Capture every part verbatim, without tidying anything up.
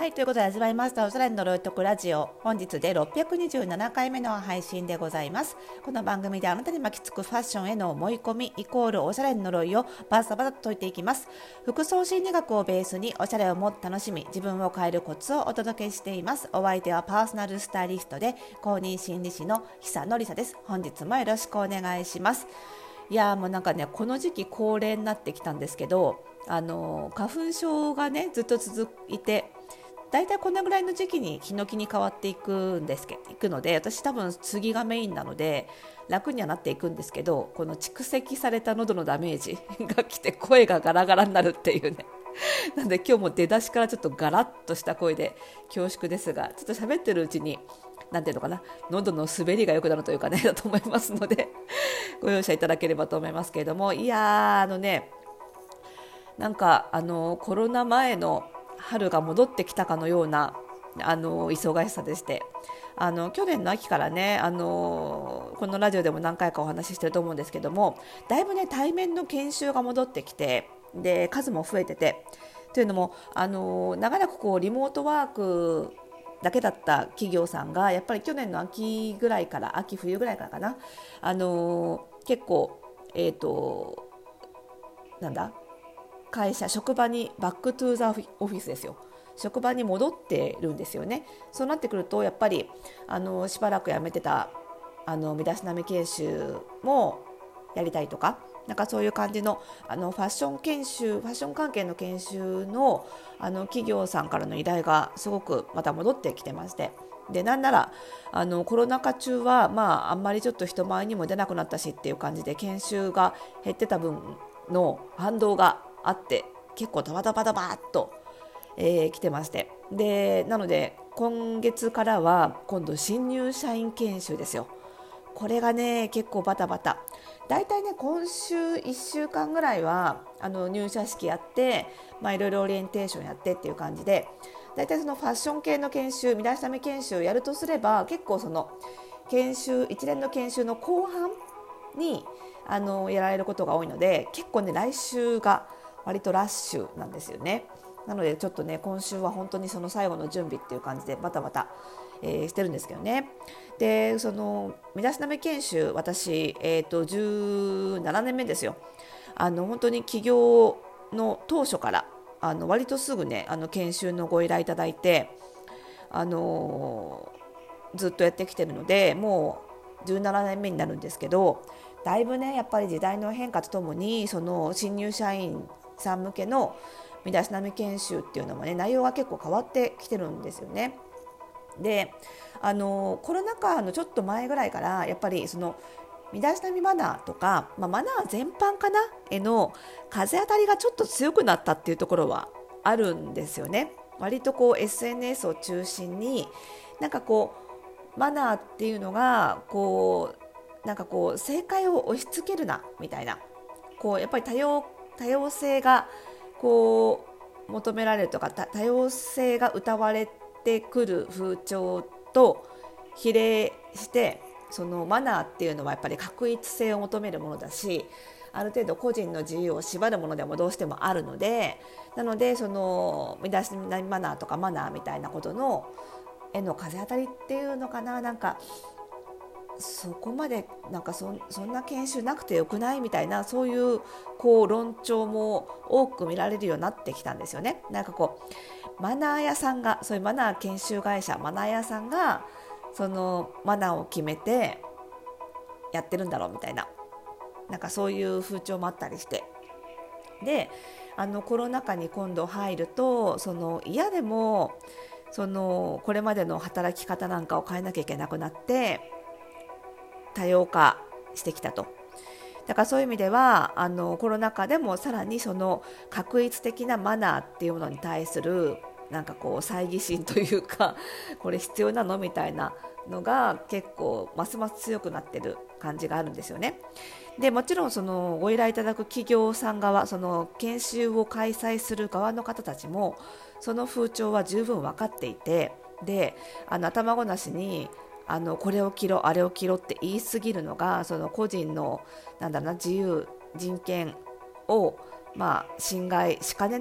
い、ということで始まりましたおしゃれの呪いとくラジオ。本日でろっぴゃくにじゅうななかいめの配信でございます。この番組であなたに巻きつくファッションへの思い込みイコールおしゃれの呪いをバサバサと解いていきます。服装心理学をベースにおしゃれをもっと楽しみ、自分を変えるコツをお届けしています。お相手はパーソナルスタイリストで公認心理師の久野里沙です。本日もよろしくお願いします。いやーもうなんかね、この時期恒例になってきたんですけど、あの花粉症がねずっと続いて、だいたいこんなぐらいの時期にヒノキに変わっていくんですけいくので、私多分次がメインなので楽にはなっていくんですけど、この蓄積された喉のダメージが来て声がガラガラになるっていうねなので今日も出だしからちょっとガラッとした声で恐縮ですが、ちょっと喋ってるうちになんていうのかな、喉の滑りが良くなるというかねだと思いますのでご容赦いただければと思いますけれども、いやーあのねなんかあのコロナ前の春が戻ってきたかのようなあの忙しさでして、あの去年の秋からね、あのこのラジオでも何回かお話ししてると思うんですけども、だいぶね対面の研修が戻ってきて、で数も増えてて、というのもあの長らくこうリモートワークだけだった企業さんがやっぱり去年の秋ぐらいから秋冬ぐらいからかな、あの結構えっ、ー、となんだ会社職場にバックトゥーザオフィスですよ、職場に戻ってるんですよね。そうなってくるとやっぱりあのしばらくやめてたあの身だしなみ研修もやりたいとか、なんかそういう感じの、あのファッション研修ファッション関係の研修の、あの企業さんからの依頼がすごくまた戻ってきてまして、でなんならあのコロナ禍中は、まあ、あんまりちょっと人前にも出なくなったしっていう感じで研修が減ってた分の反動があって、結構ダバダバダバっと、えー、来てまして、でなので今月からは今度新入社員研修ですよ。これがね結構バタバタ、だいたいね今週いっしゅうかんぐらいはあの入社式やって、まあ、いろいろオリエンテーションやってっていう感じで、だいたいそのファッション系の研修、身だしなみ研修やるとすれば、結構その研修一連の研修の後半にあのやられることが多いので、結構ね来週が割とラッシュなんですよね。なのでちょっとね今週は本当にその最後の準備っていう感じでバタバタ、えー、してるんですけどね。でその身だしなみ研修、私、えー、とじゅうななねんめですよ。あの本当に起業の当初からあの割とすぐねあの研修のご依頼いただいて、あのー、ずっとやってきてるので、もうじゅうななねんめになるんですけど、だいぶねやっぱり時代の変化とともに、その新入社員さん向けの身だしなみ研修っていうのもね内容が結構変わってきてるんですよね。であのコロナ禍のちょっと前ぐらいからやっぱりその身だしなみマナーとか、まあ、マナー全般かなへの風当たりがちょっと強くなったっていうところはあるんですよね。割とこう エスエヌエス を中心になんかこうマナーっていうのがこうなんかこう正解を押し付けるなみたいな、こうやっぱり多様多様性がこう求められるとか、多様性が謳われてくる風潮と比例して、そのマナーっていうのはやっぱり確一性を求めるものだし、ある程度個人の自由を縛るものでもどうしてもあるので、なのでその身だしなみマナーとかマナーみたいなことのへの風当たりっていうのかな、なんかそこまでなんか そ, そんな研修なくてよくないみたいな、そういうこう論調も多く見られるようになってきたんですよね。なんかこうマナー屋さんが、そういうマナー研修会社マナー屋さんがそのマナーを決めてやってるんだろうみたいな、なんかそういう風潮もあったりして、であのコロナ禍に今度入ると、その嫌でもそのこれまでの働き方なんかを変えなきゃいけなくなって多様化してきたと。だからそういう意味ではあのコロナ禍でもさらにその画一的なマナーっていうものに対するなんかこう猜疑心というか、これ必要なのみたいなのが結構ますます強くなってる感じがあるんですよね。でもちろんそのご依頼いただく企業さん側、その研修を開催する側の方たちもその風潮は十分分かっていて、であの頭ごなしにあのこれを着ろあれを着ろって言い過ぎるのが、その個人のなんだろうな自由人権をまあ侵害しかねない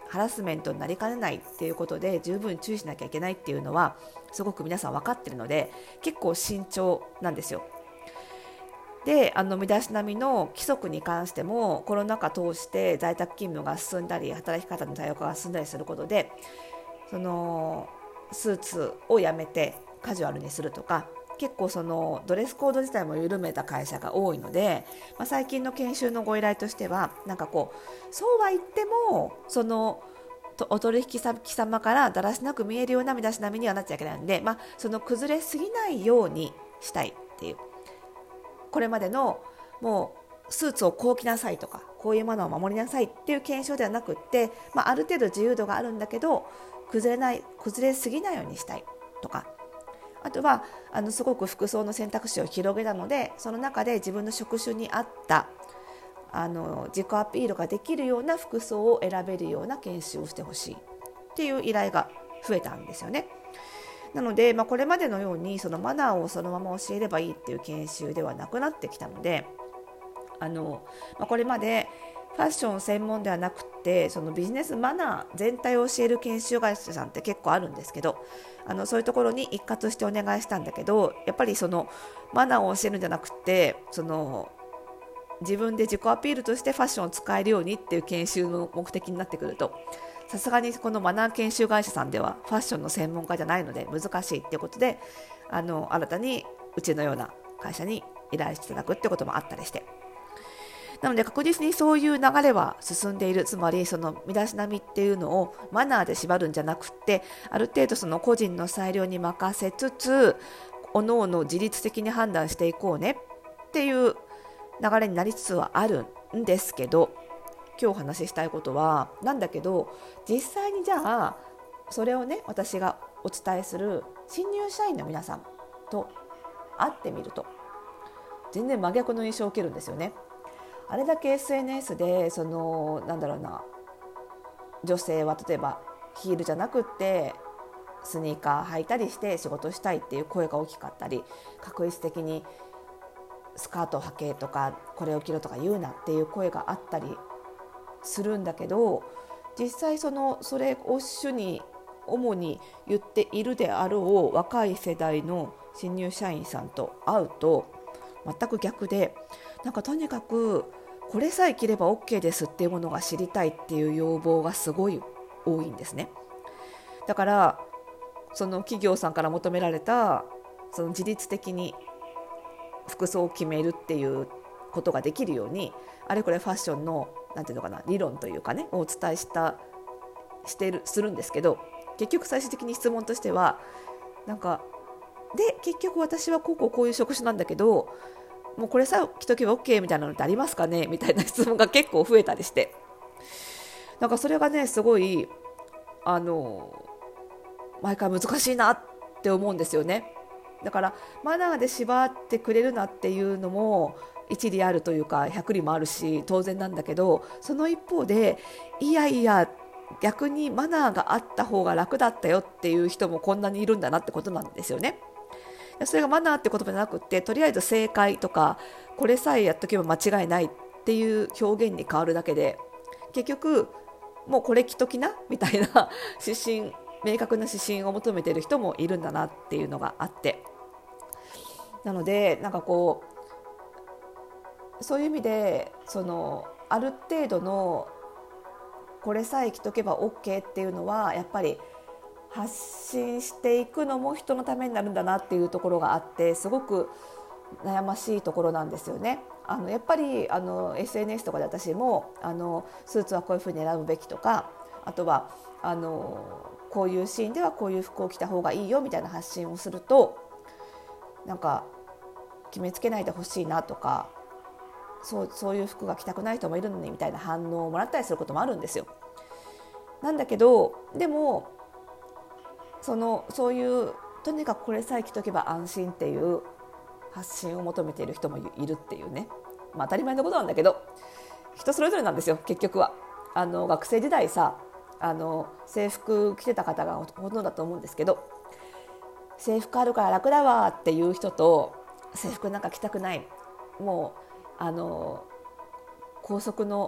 ハラスメントになりかねないっていうことで十分注意しなきゃいけないっていうのはすごく皆さん分かってるので、結構慎重なんですよ。で、あの身だしなみの規則に関してもコロナ禍通して在宅勤務が進んだり働き方の多様化が進んだりすることで、そのスーツをやめてカジュアルにするとか、結構そのドレスコード自体も緩めた会社が多いので、まあ、最近の研修のご依頼としてはなんかこうそうは言ってもそのお取引先様からだらしなく見えるような身だしなみにはなっちゃいけないので、まあ、その崩れすぎないようにしたいっていう、これまでのもうスーツをこう着なさいとかこういうものを守りなさいっていう検証ではなくって、まあ、ある程度自由度があるんだけど崩れない崩れすぎないようにしたいとか、あとはあのすごく服装の選択肢を広げたので、その中で自分の職種に合ったあの自己アピールができるような服装を選べるような研修をしてほしいっていう依頼が増えたんですよね。なので、まあ、これまでのようにそのマナーをそのまま教えればいいっていう研修ではなくなってきたので、あの、まあ、これまでファッション専門ではなくてそのビジネスマナー全体を教える研修会社さんって結構あるんですけど、あのそういうところに一括してお願いしたんだけど、やっぱりそのマナーを教えるんじゃなくてその自分で自己アピールとしてファッションを使えるようにっていう研修の目的になってくると、さすがにこのマナー研修会社さんではファッションの専門家じゃないので難しいっていうことで、あの新たにうちのような会社に依頼していただくってこともあったりして、なので確実にそういう流れは進んでいる。つまりその身だしなみっていうのをマナーで縛るんじゃなくて、ある程度その個人の裁量に任せつつ各々自律的に判断していこうねっていう流れになりつつはあるんですけど、今日お話ししたいことはなんだけど、実際にじゃあそれをね私がお伝えする新入社員の皆さんと会ってみると全然真逆の印象を受けるんですよね。あれだけ エスエヌエス でそのなんだろうな、女性は例えばヒールじゃなくってスニーカー履いたりして仕事したいっていう声が大きかったり、確率的にスカートを履けとかこれを着ろとか言うなっていう声があったりするんだけど、実際そのそれを主に主に言っているであろう若い世代の新入社員さんと会うと全く逆で、なんかとにかくこれさえ着れば OK ですっていうものが知りたいっていう要望がすごい多いんですね。だからその企業さんから求められたその自律的に服装を決めるっていうことができるように、あれこれファッションのなんていうのかな、理論というかねをお伝えしたしてるするんですけど、結局最終的に質問としてはなんかで結局私はこうこうこういう職種なんだけどもうこれさ着とけば OK みたいなのってありますかねみたいな質問が結構増えたりして、なんかそれがねすごいあの毎回難しいなって思うんですよね。だからマナーで縛ってくれるなっていうのも一理あるというか百里もあるし当然なんだけど、その一方でいやいや逆にマナーがあった方が楽だったよっていう人もこんなにいるんだなってことなんですよね。それがマナーって言葉じゃなくて、とりあえず正解とかこれさえやっとけば間違いないっていう表現に変わるだけで、結局もうこれ着ときなみたいな指針、明確な指針を求めている人もいるんだなっていうのがあって、なのでなんかこうそういう意味でそのある程度のこれさえ着とけば OK っていうのはやっぱり発信していくのも人のためになるんだなっていうところがあって、すごく悩ましいところなんですよね。あのやっぱりあの エスエヌエス とかで私もあのスーツはこういうふうに選ぶべきとか、あとはあのこういうシーンではこういう服を着た方がいいよみたいな発信をすると、なんか決めつけないでほしいなとか、そう、そういう服が着たくない人もいるのにみたいな反応をもらったりすることもあるんですよ。なんだけどでもそのそういうとにかくこれさえ着とけば安心っていう発信を求めている人もいるっていうね、まあ、当たり前のことなんだけど人それぞれなんですよ。結局はあの学生時代さあの制服着てた方がほとんどだと思うんですけど、制服あるから楽だわっていう人と制服なんか着たくない、もうあの校則の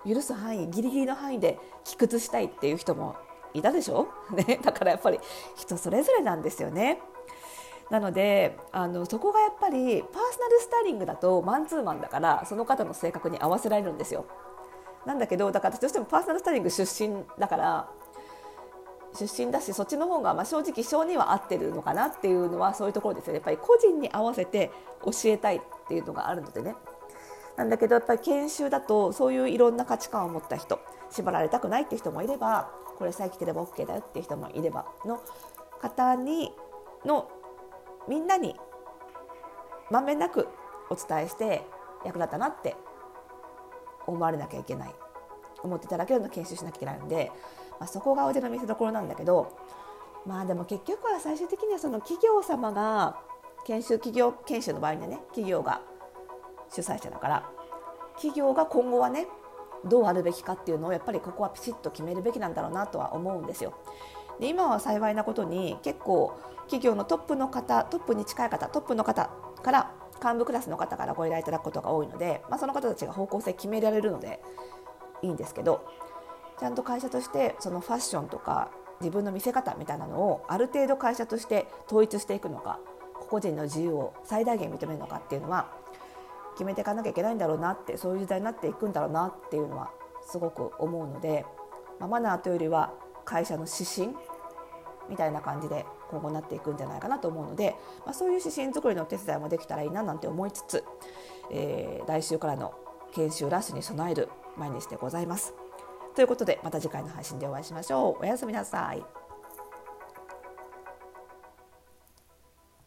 許す範囲ギリギリの範囲で帰屈したいっていう人もいたでしょ、ね、だからやっぱり人それぞれなんですよね。なのであのそこがやっぱりパーソナルスタイリングだとマンツーマンだからその方の性格に合わせられるんですよ。なんだけどだから私としてもパーソナルスタイリング出身だから出身だしそっちの方がまあ正直性には合ってるのかなっていうのはそういうところですよね。やっぱり個人に合わせて教えたいっていうのがあるのでね。なんだけどやっぱり研修だとそういういろんな価値観を持った人、縛られたくないっていう人もいればこれさえ着てれば OK だよっていう人もいればの方にのみんなにまんべんなくお伝えして役立ったなって思われなきゃいけない、思っていただけるのを研修しなきゃいけないので、まあ、そこが腕の見せ所なんだけど、まあでも結局は最終的にはその企業様が研修企業研修の場合にはね企業が主催者だから企業が今後はねどうあるべきかっていうのをやっぱりここはピチッと決めるべきなんだろうなとは思うんですよ。で今は幸いなことに結構企業のトップの方トップに近い方トップの方から幹部クラスの方からご依頼いただくことが多いので、まあ、その方たちが方向性決められるのでいいんですけど、ちゃんと会社としてそのファッションとか自分の見せ方みたいなのをある程度会社として統一していくのか、個々人の自由を最大限認めるのかっていうのは決めていかなきゃいけないんだろうなって、そういう時代になっていくんだろうなっていうのはすごく思うので、まあ、マナーというよりは会社の指針みたいな感じで今後なっていくんじゃないかなと思うので、まあ、そういう指針作りの手伝いもできたらいいななんて思いつつ、えー、来週からの研修ラッシュに備える毎日でございます。ということでまた次回の配信でお会いしましょう。おやすみなさい。